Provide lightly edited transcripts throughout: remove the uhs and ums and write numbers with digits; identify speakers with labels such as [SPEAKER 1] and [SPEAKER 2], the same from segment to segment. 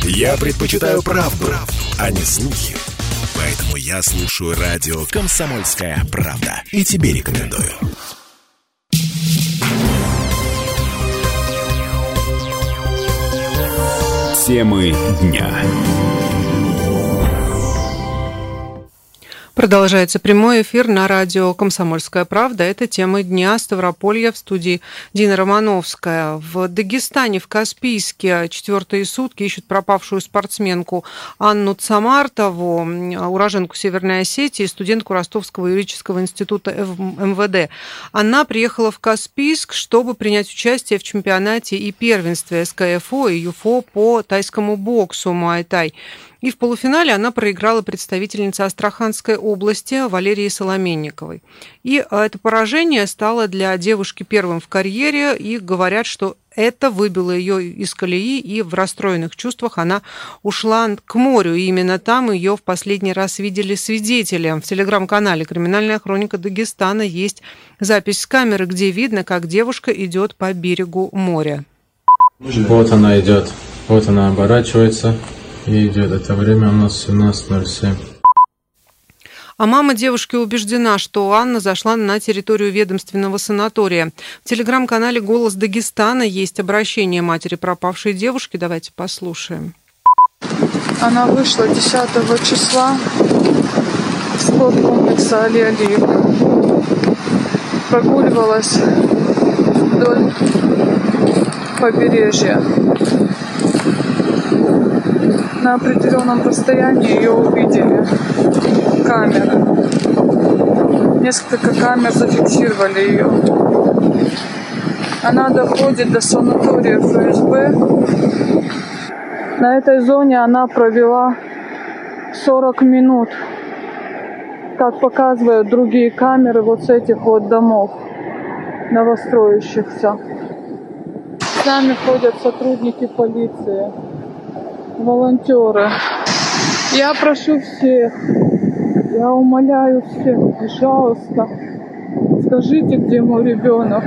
[SPEAKER 1] Я предпочитаю правду, а не слухи. Поэтому я слушаю радио «Комсомольская правда». И тебе рекомендую. Темы дня.
[SPEAKER 2] Продолжается прямой эфир на радио «Комсомольская правда». Это тема дня. Ставрополья, в студии Дина Романовская. В Дагестане, в Каспийске, 4-е сутки ищут пропавшую спортсменку Анну Цамартову, уроженку Северной Осетии, студентку Ростовского юридического института МВД. Она приехала в Каспийск, чтобы принять участие в чемпионате и первенстве СКФО и ЮФО по тайскому боксу Муай-тай. И в полуфинале она проиграла представительнице Астраханской области Валерии Соломенниковой. И это поражение стало для девушки первым в карьере, и говорят, что это выбило ее из колеи, и в расстроенных чувствах она ушла к морю. И именно там ее в последний раз видели свидетели. В телеграм-канале «Криминальная хроника Дагестана» есть запись с камеры, где видно, как девушка идет по берегу моря.
[SPEAKER 3] Вот она идет, вот она оборачивается. И идет. Это время у нас 17:07.
[SPEAKER 2] А мама девушки убеждена, что Анна зашла на территорию ведомственного санатория. В телеграм-канале «Голос Дагестана» есть обращение матери пропавшей девушки. Давайте послушаем.
[SPEAKER 4] Она вышла 10 числа в спорткомплекса Али Алиев. Прогуливалась вдоль побережья. На определенном расстоянии ее увидели камеры. Несколько камер зафиксировали ее. Она доходит до санатория ФСБ. На этой зоне она провела 40 минут, как показывают другие камеры вот с этих вот домов новостроящихся. С нами ходят сотрудники полиции, волонтеры. Я прошу всех, я умоляю всех, пожалуйста, скажите, где мой ребенок.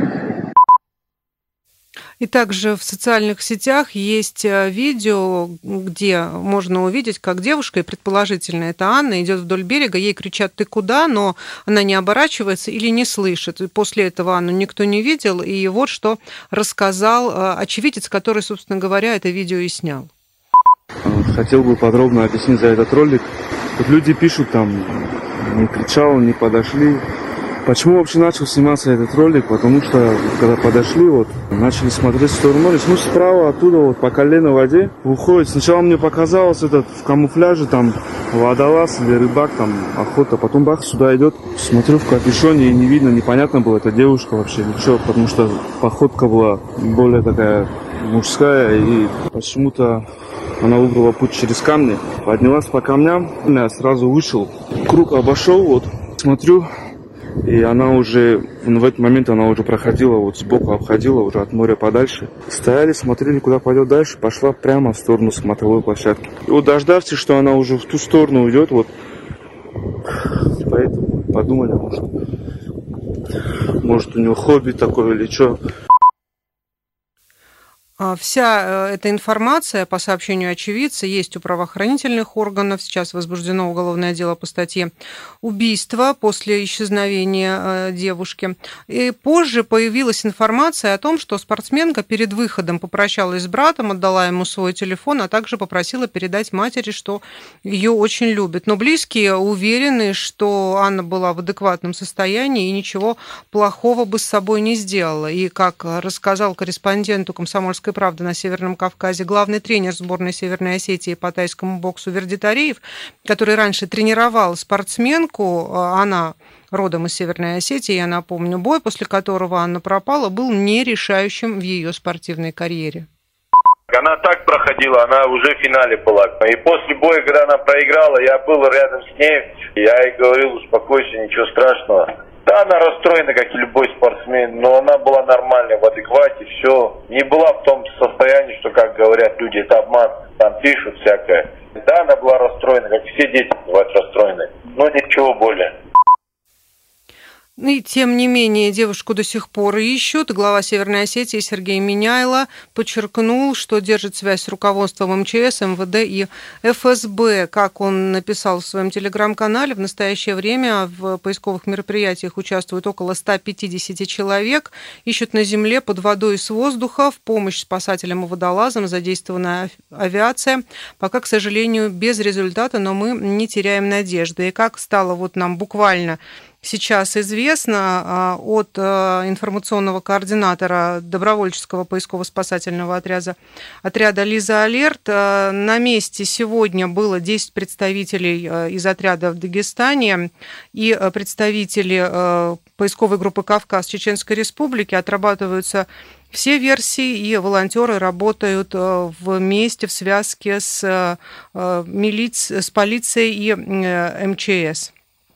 [SPEAKER 2] И также в социальных сетях есть видео, где можно увидеть, как девушка, и предположительно это Анна, идет вдоль берега, ей кричат «ты куда?», но она не оборачивается или не слышит. И после этого Анну никто не видел, и вот что рассказал очевидец, который, собственно говоря, это видео и снял.
[SPEAKER 5] Хотел бы подробно объяснить за этот ролик. Тут люди пишут, там, не кричал, не подошли. Почему вообще начал сниматься этот ролик? Потому что, когда подошли, вот, начали смотреть в сторону моря, ну, справа оттуда, вот, по колено в воде уходит. Сначала мне показалось, этот, в камуфляже, там, водолаз или рыбак, там, охота. Потом, бах, сюда идет. Смотрю в капюшоне, и не видно, непонятно было, это девушка вообще или что, потому что походка была более такая мужская, и почему-то она выбрала путь через камни, поднялась по камням, я сразу вышел, круг обошел, вот, смотрю, и она уже, в этот момент она уже проходила, вот сбоку обходила, уже от моря подальше. Стояли, смотрели, куда пойдет дальше, пошла прямо в сторону смотровой площадки. И вот дождавшись, что она уже в ту сторону уйдет, вот, поэтому подумали, может у нее хобби такое или что.
[SPEAKER 2] Вся эта информация по сообщению очевидца есть у правоохранительных органов. Сейчас возбуждено уголовное дело по статье «Убийство» после исчезновения девушки. И позже появилась информация о том, что спортсменка перед выходом попрощалась с братом, отдала ему свой телефон, а также попросила передать матери, что ее очень любят. Но близкие уверены, что Анна была в адекватном состоянии и ничего плохого бы с собой не сделала. И, как рассказал корреспонденту «Комсомольской правды» на Северном Кавказе главный тренер сборной Северной Осетии по тайскому боксу Вердитариев, который раньше тренировал спортсменку, она родом из Северной Осетии, я напомню, бой, после которого Анна пропала, был нерешающим в ее спортивной карьере.
[SPEAKER 6] Она так проходила, она уже в финале была. И после боя, когда она проиграла, я был рядом с ней, я ей говорил: успокойся, ничего страшного. Да, она расстроена, как и любой спортсмен, но она была нормальная, в адеквате, все. Не была в том состоянии, что, как говорят люди, это обман, там пишут всякое. Да, она была расстроена, как все дети бывают расстроены, но ничего более.
[SPEAKER 2] И тем не менее девушку до сих пор ищут. Глава Северной Осетии Сергей Миняйло подчеркнул, что держит связь с руководством МЧС, МВД и ФСБ. Как он написал в своем телеграм-канале, в настоящее время в поисковых мероприятиях участвует около 150 человек. Ищут на земле, под водой и с воздуха. В помощь спасателям и водолазам задействована авиация. Пока, к сожалению, без результата, но мы не теряем надежды. И как стало вот нам буквально сейчас известно от информационного координатора добровольческого поисково-спасательного отряда «Лиза Алерт», на месте сегодня было 10 представителей из отряда в Дагестане и представители поисковой группы «Кавказ» Чеченской Республики. Отрабатываются все версии, и волонтеры работают вместе, в связке с полицией и МЧС.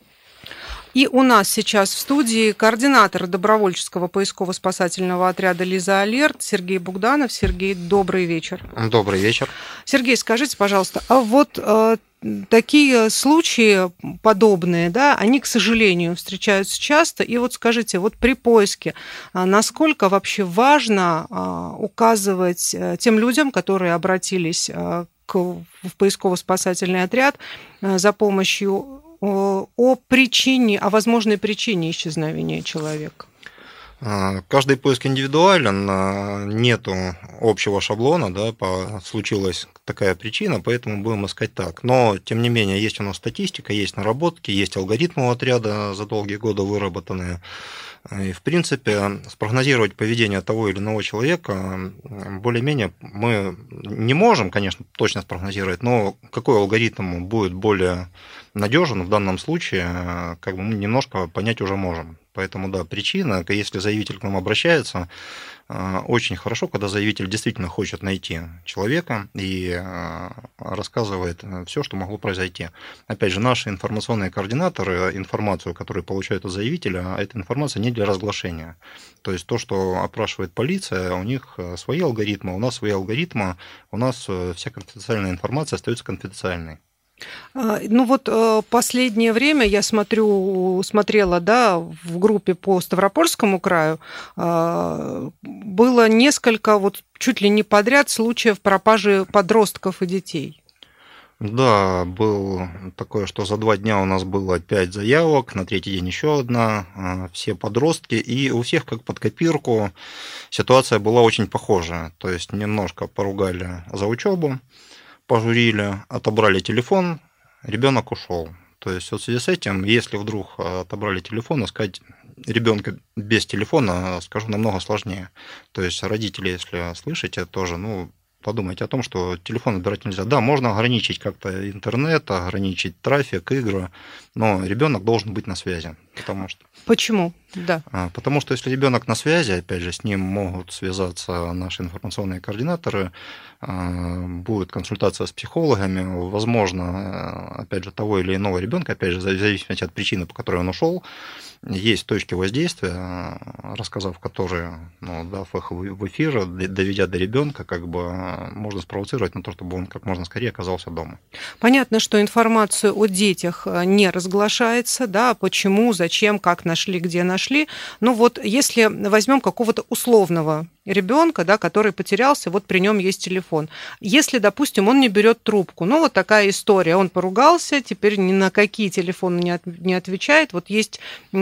[SPEAKER 2] И у нас сейчас в студии координатор добровольческого поисково-спасательного отряда «Лиза Алерт» Сергей Бугданов. Сергей, добрый вечер.
[SPEAKER 7] Добрый вечер.
[SPEAKER 2] Сергей, скажите, пожалуйста, а вот такие случаи подобные, да, они, к сожалению, встречаются часто. И вот скажите, вот при поиске, насколько вообще важно указывать тем людям, которые обратились в поисково-спасательный отряд за помощью, о причине, о возможной причине исчезновения человека?
[SPEAKER 7] Каждый поиск индивидуален, нету общего шаблона, да, случилась такая причина, поэтому будем искать так. Но, тем не менее, есть у нас статистика, есть наработки, есть алгоритмы у отряда за долгие годы выработанные. И, в принципе, спрогнозировать поведение того или иного человека более-менее мы не можем, конечно, точно спрогнозировать, но какой алгоритм будет более надежен в данном случае, как бы мы немножко понять уже можем. Поэтому, да, причина, если заявитель к нам обращается, очень хорошо, когда заявитель действительно хочет найти человека и рассказывает все, что могло произойти. Опять же, наши информационные координаторы, информацию, которую получают от заявителя, эта информация не для разглашения. То есть то, что опрашивает полиция, у них свои алгоритмы, у нас свои алгоритмы, у нас вся конфиденциальная информация остается конфиденциальной.
[SPEAKER 2] Ну вот последнее время я смотрела, да, в группе по Ставропольскому краю, было несколько, вот чуть ли не подряд, случаев пропажи подростков и детей.
[SPEAKER 7] Да, было такое, что за 2 дня у нас было 5 заявок, на 3-й день еще одна, все подростки, и у всех как под копирку ситуация была очень похожая. То есть немножко поругали за учебу, пожурили, отобрали телефон, ребенок ушел. То есть вот в связи с этим, если вдруг отобрали телефон, искать ребенка без телефона, скажу, намного сложнее. То есть родители, если слышите, тоже, подумайте о том, что телефон отбирать нельзя. Да, можно ограничить как-то интернет, ограничить трафик, игры, но ребенок должен быть на связи.
[SPEAKER 2] Почему? Да.
[SPEAKER 7] Потому что если ребенок на связи, опять же, с ним могут связаться наши информационные координаторы, будет консультация с психологами, возможно, опять же, того или иного ребенка, опять же, в зависимости от причины, по которой он ушел, есть точки воздействия, рассказав которые, дав их в эфир, доведя до ребенка, как бы можно спровоцировать на то, чтобы он как можно скорее оказался дома.
[SPEAKER 2] Понятно, что информацию о детях не разглашается, да, почему, зачем, как нашли, где нашли. Но вот если возьмем какого-то условного ребенка, да, который потерялся, вот при нем есть телефон. Если, допустим, он не берет трубку, вот такая история, он поругался, теперь ни на какие телефоны не отвечает. Вот есть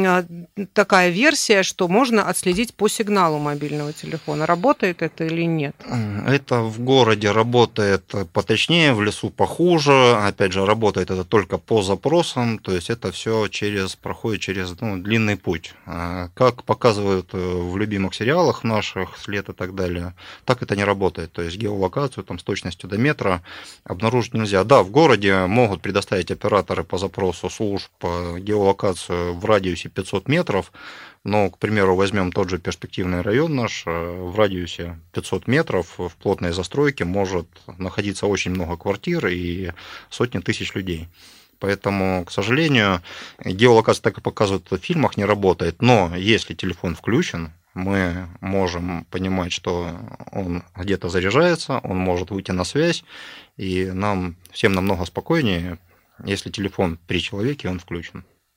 [SPEAKER 2] такая версия, что можно отследить по сигналу мобильного телефона. Работает это или нет?
[SPEAKER 7] Это в городе работает поточнее, в лесу похуже. Опять же, работает это только по запросам, то есть это все проходит через длинный путь. Как показывают в любимых сериалах наших, «След» и так далее, так это не работает. То есть геолокацию с точностью до метра обнаружить нельзя. Да, в городе могут предоставить операторы по запросу служб геолокацию в радиусе 500 метров, но, к примеру, возьмем тот же перспективный район наш, в радиусе 500 метров в плотной застройке может находиться очень много квартир и сотни тысяч людей. Поэтому, к сожалению, геолокация, так и показывают в фильмах, не работает. Но если телефон включен, мы можем понимать, что он где-то заряжается, он может выйти на связь, и нам всем намного спокойнее, если телефон при человеке, он включен.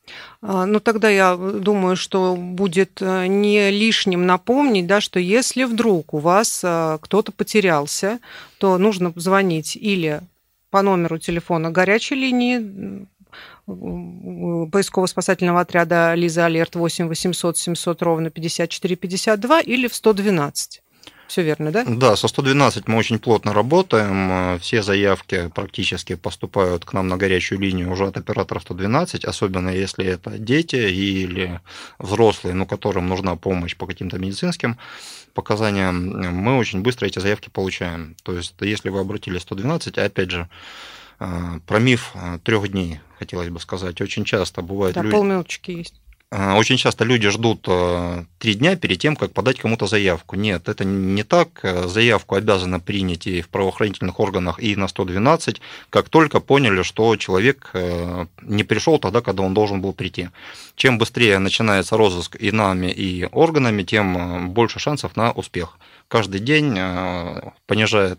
[SPEAKER 2] Ну, тогда я думаю, что будет не лишним напомнить, да, что если вдруг у вас кто-то потерялся, то нужно звонить или по номеру телефона горячей линии поисково-спасательного отряда «Лиза Алерт» 8 800 700 ровно 54 52 или в 112. Все верно, да?
[SPEAKER 7] Да, со 112 мы очень плотно работаем. Все заявки практически поступают к нам на горячую линию уже от оператора 112, особенно если это дети или взрослые, которым нужна помощь по каким-то медицинским показаниям. Мы очень быстро эти заявки получаем. То есть, если вы обратились в 112, опять же, про миф 3 дней, хотелось бы сказать. Очень часто бывает...
[SPEAKER 2] Да, полминуточки есть.
[SPEAKER 7] Очень часто люди ждут 3 дня перед тем, как подать кому-то заявку. Нет, это не так. Заявку обязаны принять и в правоохранительных органах, и на 112, как только поняли, что человек не пришел тогда, когда он должен был прийти. Чем быстрее начинается розыск и нами, и органами, тем больше шансов на успех. Каждый день понижает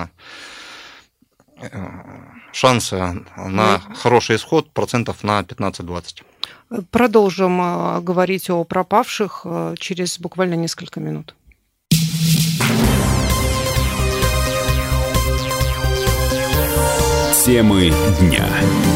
[SPEAKER 7] шансы на хороший исход процентов на 15-20.
[SPEAKER 2] Продолжим говорить о пропавших через буквально несколько минут.
[SPEAKER 1] Темы дня.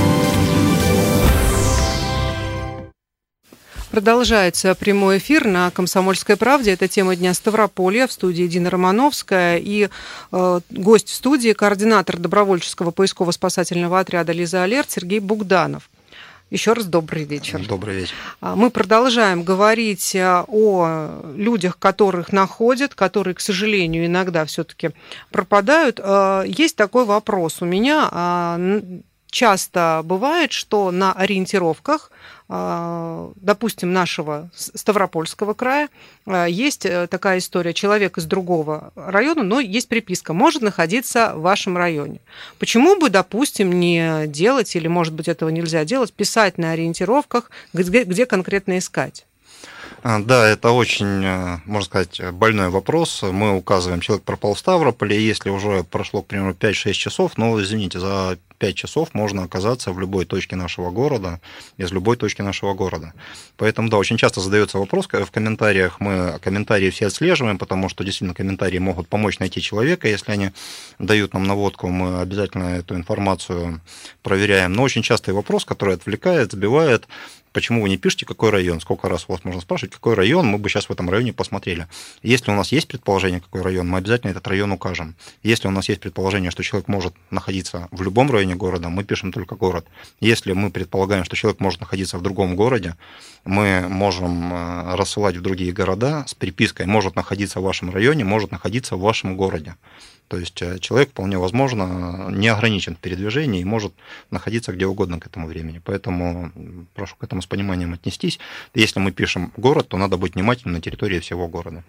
[SPEAKER 2] Продолжается прямой эфир на «Комсомольской правде». Это тема дня Ставрополья. В студии Дина Романовская. И гость в студии, координатор добровольческого поисково-спасательного отряда «Лиза Алерт» Сергей Бугданов. Еще раз добрый вечер.
[SPEAKER 7] Добрый вечер.
[SPEAKER 2] Мы продолжаем говорить о людях, которых находят, которые, к сожалению, иногда все-таки пропадают. Есть такой вопрос у меня. Часто бывает, что на ориентировках, допустим, нашего Ставропольского края, есть такая история: человек из другого района, но есть приписка: может находиться в вашем районе. Почему бы, допустим, не делать, или, может быть, этого нельзя делать, писать на ориентировках, где конкретно искать?
[SPEAKER 7] Да, это очень, можно сказать, больной вопрос. Мы указываем: человек пропал в Ставрополе, если уже прошло, к примеру, 5-6 часов, но, извините, за 5 часов можно оказаться в любой точке нашего города, из любой точки нашего города. Поэтому, да, очень часто задается вопрос в комментариях. Мы комментарии все отслеживаем, потому что действительно комментарии могут помочь найти человека. Если они дают нам наводку, мы обязательно эту информацию проверяем. Но очень частый вопрос, который отвлекает, сбивает: почему вы не пишете, какой район? Сколько раз у вас можно спрашивать, какой район, мы бы сейчас в этом районе посмотрели. Если у нас есть предположение, какой район, мы обязательно этот район укажем. Если у нас есть предположение, что человек может находиться в любом районе города, мы пишем только город. Если мы предполагаем, что человек может находиться в другом городе, мы можем рассылать в другие города с припиской: может находиться в вашем районе, может находиться в вашем городе. То есть человек, вполне возможно, не ограничен в передвижении и может находиться где угодно к этому времени. Поэтому прошу к этому с пониманием отнестись. Если мы пишем город, то надо быть внимательным на территории всего города.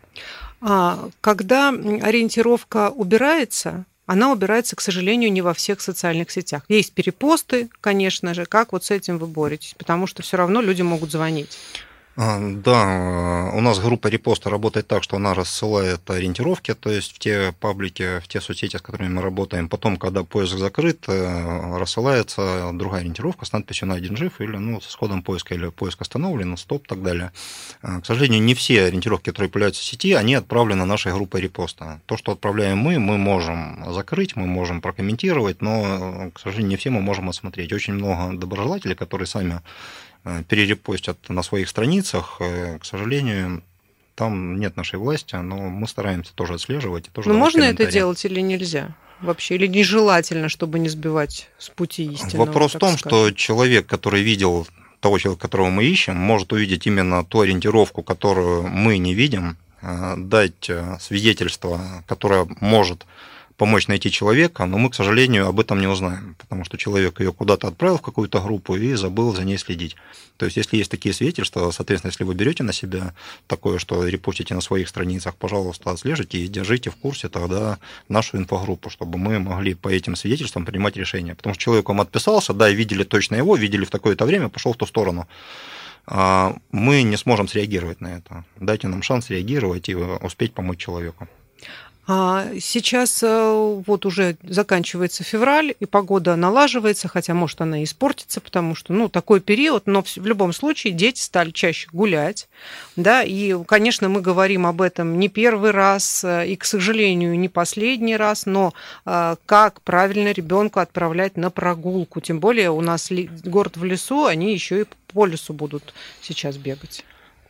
[SPEAKER 2] Когда ориентировка убирается, она убирается, к сожалению, не во всех социальных сетях. Есть перепосты, конечно же. Как вот с этим вы боретесь? Потому что все равно люди могут звонить.
[SPEAKER 7] Да, у нас группа репоста работает так, что она рассылает ориентировки, то есть в те паблики, в те соцсети, с которыми мы работаем. Потом, когда поиск закрыт, рассылается другая ориентировка с надписью «Найден жив» или с ходом поиска, или поиск остановлен, стоп и так далее. К сожалению, не все ориентировки, которые появляются в сети, они отправлены нашей группой репоста. То, что отправляем мы можем закрыть, мы можем прокомментировать, но, к сожалению, не все мы можем осмотреть. Очень много доброжелателей, которые сами перерепостят на своих страницах. К сожалению, там нет нашей власти, но мы стараемся тоже отслеживать. И тоже
[SPEAKER 2] можно это делать или нельзя вообще? Или нежелательно, чтобы не сбивать с пути истинного?
[SPEAKER 7] Вопрос в том, что человек, который видел того человека, которого мы ищем, может увидеть именно ту ориентировку, которую мы не видим, дать свидетельство, которое может помочь найти человека, но мы, к сожалению, об этом не узнаем, потому что человек ее куда-то отправил в какую-то группу и забыл за ней следить. То есть, если есть такие свидетельства, соответственно, если вы берете на себя такое, что репостите на своих страницах, пожалуйста, отслежите и держите в курсе тогда нашу инфогруппу, чтобы мы могли по этим свидетельствам принимать решения. Потому что человек вам отписался, да, видели точно его, видели в такое-то время, пошел в ту сторону. Мы не сможем среагировать на это. Дайте нам шанс реагировать и успеть помочь человеку.
[SPEAKER 2] Сейчас вот уже заканчивается февраль, и погода налаживается, хотя, может, она и испортится, потому что, такой период, но в любом случае дети стали чаще гулять, да, и, конечно, мы говорим об этом не первый раз, и, к сожалению, не последний раз, но как правильно ребенку отправлять на прогулку, тем более у нас город в лесу, они еще и по лесу будут сейчас бегать.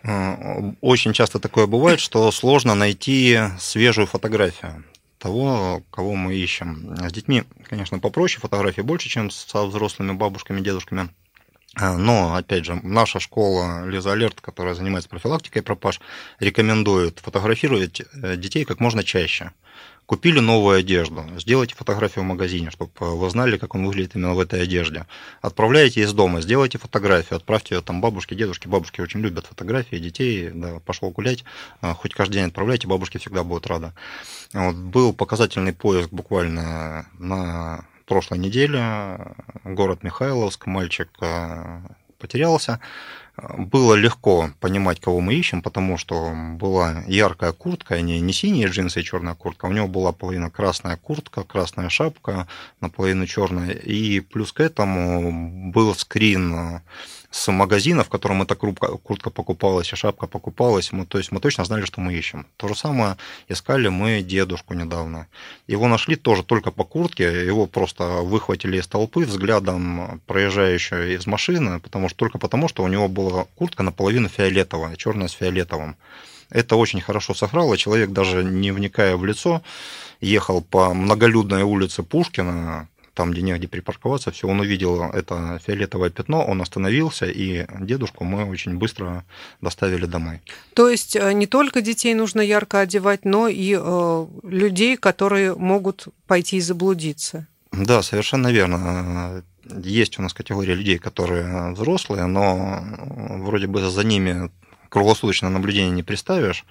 [SPEAKER 7] Очень часто такое бывает, что сложно найти свежую фотографию того, кого мы ищем. С детьми, конечно, попроще, фотографий больше, чем со взрослыми бабушками, дедушками. Но, опять же, наша школа Лиза Алерт, которая занимается профилактикой пропаж, рекомендует фотографировать детей как можно чаще. Купили новую одежду, сделайте фотографию в магазине, чтобы вы знали, как он выглядит именно в этой одежде. Отправляете из дома, сделайте фотографию, отправьте ее там бабушке, дедушке. Бабушки очень любят фотографии детей, да, пошел гулять, хоть каждый день отправляйте, бабушки всегда будут рады. Вот, был показательный поиск буквально на прошлой неделе, город Михайловск, мальчик потерялся. Было легко понимать, кого мы ищем, потому что была яркая куртка, не синие джинсы и черная куртка, у него была половина красная куртка, красная шапка, наполовину черная, и плюс к этому был скрин с магазина, в котором эта куртка покупалась и шапка покупалась, то есть мы точно знали, что мы ищем. То же самое искали мы дедушку недавно. Его нашли тоже только по куртке, его просто выхватили из толпы взглядом проезжающего из машины, только потому, что у него была куртка наполовину фиолетовая, черная с фиолетовым. Это очень хорошо сыграло, человек, даже не вникая в лицо, ехал по многолюдной улице Пушкина, там, где негде припарковаться, все, он увидел это фиолетовое пятно, он остановился, и дедушку мы очень быстро доставили домой.
[SPEAKER 2] То есть не только детей нужно ярко одевать, но и людей, которые могут пойти и заблудиться.
[SPEAKER 7] Да, совершенно верно. Есть у нас категория людей, которые взрослые, но вроде бы за ними круглосуточное наблюдение не приставишь.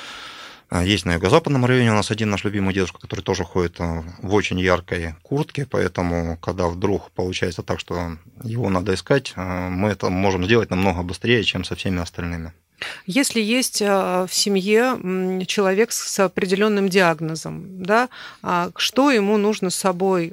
[SPEAKER 7] Есть на юго-западном районе у нас один наш любимый дедушка, который тоже ходит в очень яркой куртке, поэтому, когда вдруг получается так, что его надо искать, мы это можем сделать намного быстрее, чем со всеми остальными.
[SPEAKER 2] Если есть в семье человек с определенным диагнозом, да, что ему нужно с собой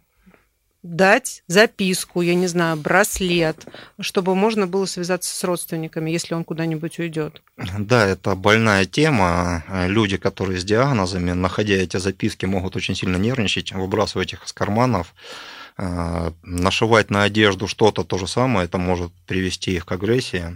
[SPEAKER 2] дать, записку, я не знаю, браслет, чтобы можно было связаться с родственниками, если он куда-нибудь уйдет?
[SPEAKER 7] Да, это больная тема. Люди, которые с диагнозами, находя эти записки, могут очень сильно нервничать, выбрасывать их из карманов, нашивать на одежду что-то то же самое, это может привести их к агрессии.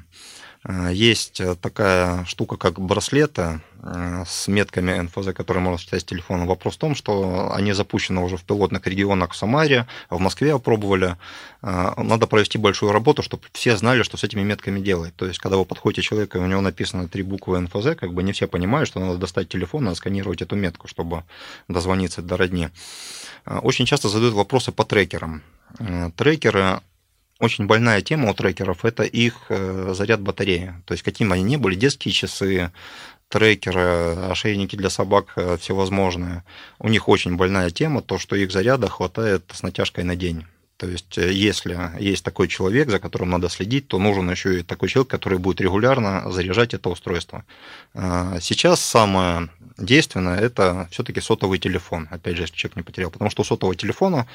[SPEAKER 7] Есть такая штука, как браслеты с метками НФЗ, которые можно считать с телефона. Вопрос в том, что они запущены уже в пилотных регионах в Самаре, в Москве опробовали. Надо провести большую работу, чтобы все знали, что с этими метками делать. То есть, когда вы подходите к человеку, и у него написано 3 буквы НФЗ, не все понимают, что надо достать телефон и сканировать эту метку, чтобы дозвониться до родни. Очень часто задают вопросы по трекерам. Трекеры... Очень больная тема у трекеров – это их заряд батареи. То есть, какими они ни были, детские часы, трекеры, ошейники для собак всевозможные. У них очень больная тема, то, что их заряда хватает с натяжкой на день. То есть, если есть такой человек, за которым надо следить, то нужен еще и такой человек, который будет регулярно заряжать это устройство. Сейчас самое действенное – это все-таки сотовый телефон. Опять же, если человек не потерял. Потому что у сотового телефона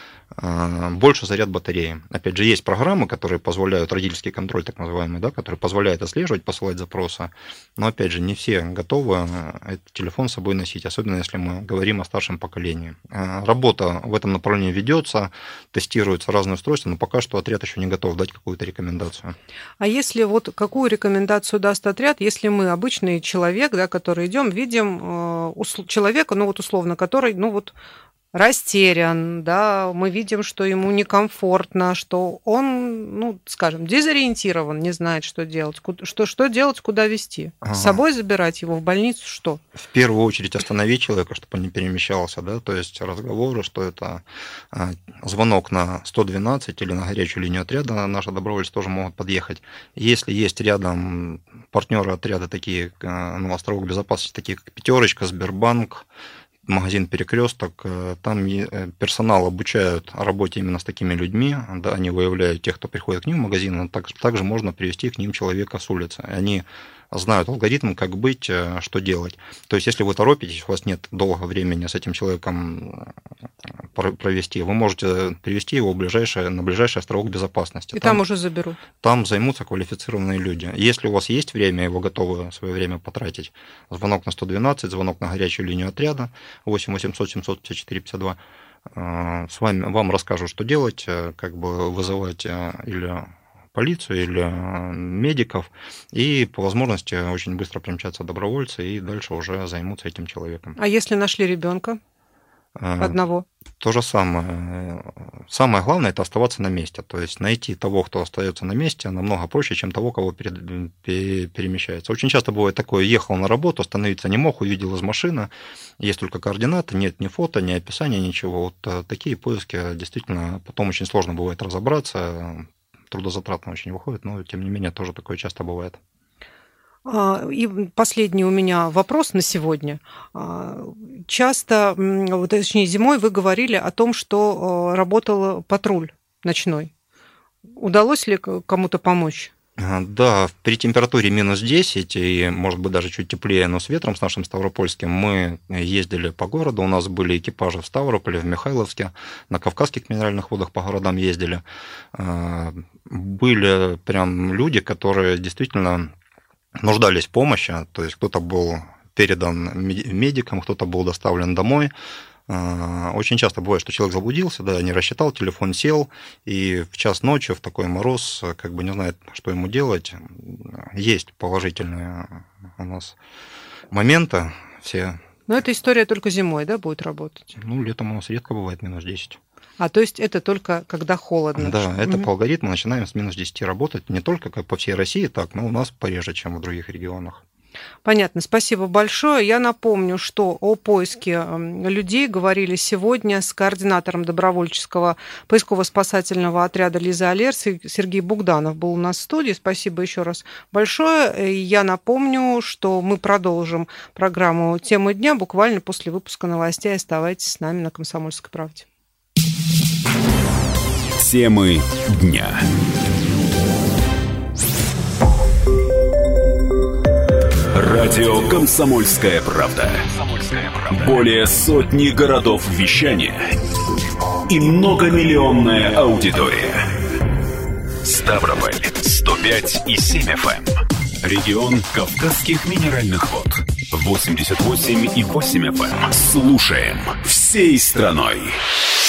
[SPEAKER 7] больше заряд батареи. Опять же, есть программы, которые позволяют, родительский контроль так называемый, да, который позволяет отслеживать, посылать запросы, но, опять же, не все готовы этот телефон с собой носить, особенно если мы говорим о старшем поколении. Работа в этом направлении ведется, тестируются разные устройства, но пока что отряд еще не готов дать какую-то рекомендацию.
[SPEAKER 2] А если какую рекомендацию даст отряд, если мы обычный человек, да, который идем, видим человека, условно, который, растерян, да, мы видим, что ему некомфортно, что он, скажем, дезориентирован, не знает, что делать, что делать, куда везти. С собой забирать его в больницу, что?
[SPEAKER 7] В первую очередь остановить человека, чтобы он не перемещался, да, то есть разговоры, что это звонок на 112 или на горячую линию отряда, наши добровольцы тоже могут подъехать. Если есть рядом партнеры отряда, такие, островок безопасности, такие как «Пятерочка», Сбербанк, магазин «Перекресток», там персонал обучают работе именно с такими людьми, да, они выявляют тех, кто приходит к ним в магазин, но также можно привести к ним человека с улицы. Они знают алгоритм, как быть, что делать. То есть, если вы торопитесь, у вас нет долгого времени с этим человеком провести, вы можете привести его на ближайший островок безопасности.
[SPEAKER 2] И там уже заберут.
[SPEAKER 7] Там займутся квалифицированные люди. Если у вас есть время, и вы готовы свое время потратить, звонок на 112, звонок на горячую линию отряда 8 800 754 52, вам расскажут, что делать, как бы вызывать или полицию, или медиков, и по возможности очень быстро примчатся добровольцы и дальше уже займутся этим человеком.
[SPEAKER 2] А если нашли ребенка одного?
[SPEAKER 7] То же самое. Самое главное – это оставаться на месте. То есть найти того, кто остается на месте, намного проще, чем того, кого перемещается. Очень часто бывает такое: ехал на работу, остановиться не мог, увидел из машины, есть только координаты, нет ни фото, ни описания, ничего. Вот такие поиски действительно потом очень сложно бывает разобраться, трудозатратно очень выходит, но тем не менее тоже такое часто бывает.
[SPEAKER 2] И последний у меня вопрос на сегодня. Часто, точнее, зимой вы говорили о том, что работал патруль ночной. Удалось ли кому-то помочь?
[SPEAKER 7] Да, при температуре минус 10 и, может быть, даже чуть теплее, но с ветром, с нашим Ставропольским, мы ездили по городу, у нас были экипажи в Ставрополе, в Михайловске, на Кавказских минеральных водах по городам ездили. Были прям люди, которые действительно нуждались в помощи, то есть кто-то был передан медикам, кто-то был доставлен домой. Очень часто бывает, что человек заблудился, да, не рассчитал, телефон сел, и в час ночи, в такой мороз, как бы не знает, что ему делать. Есть положительные у нас моменты все.
[SPEAKER 2] Но эта история только зимой, да, будет работать?
[SPEAKER 7] Ну, летом у нас редко бывает минус 10.
[SPEAKER 2] То есть это только когда холодно?
[SPEAKER 7] Да, это по алгоритму начинаем с минус 10 работать, не только как по всей России, так, но у нас пореже, чем в других регионах.
[SPEAKER 2] Понятно, спасибо большое. Я напомню, что о поиске людей говорили сегодня с координатором добровольческого поисково-спасательного отряда «Лиза Алерт» Сергей Бугданов был у нас в студии. Спасибо еще раз большое. Я напомню, что мы продолжим программу «Темы дня» буквально после выпуска новостей. Оставайтесь с нами на «Комсомольской правде».
[SPEAKER 1] Темы дня. Радио «Комсомольская правда». Более сотни городов вещания и многомиллионная аудитория. Ставрополь 105,7 FM. Регион Кавказских минеральных вод 88,8 FM. Слушаем всей страной.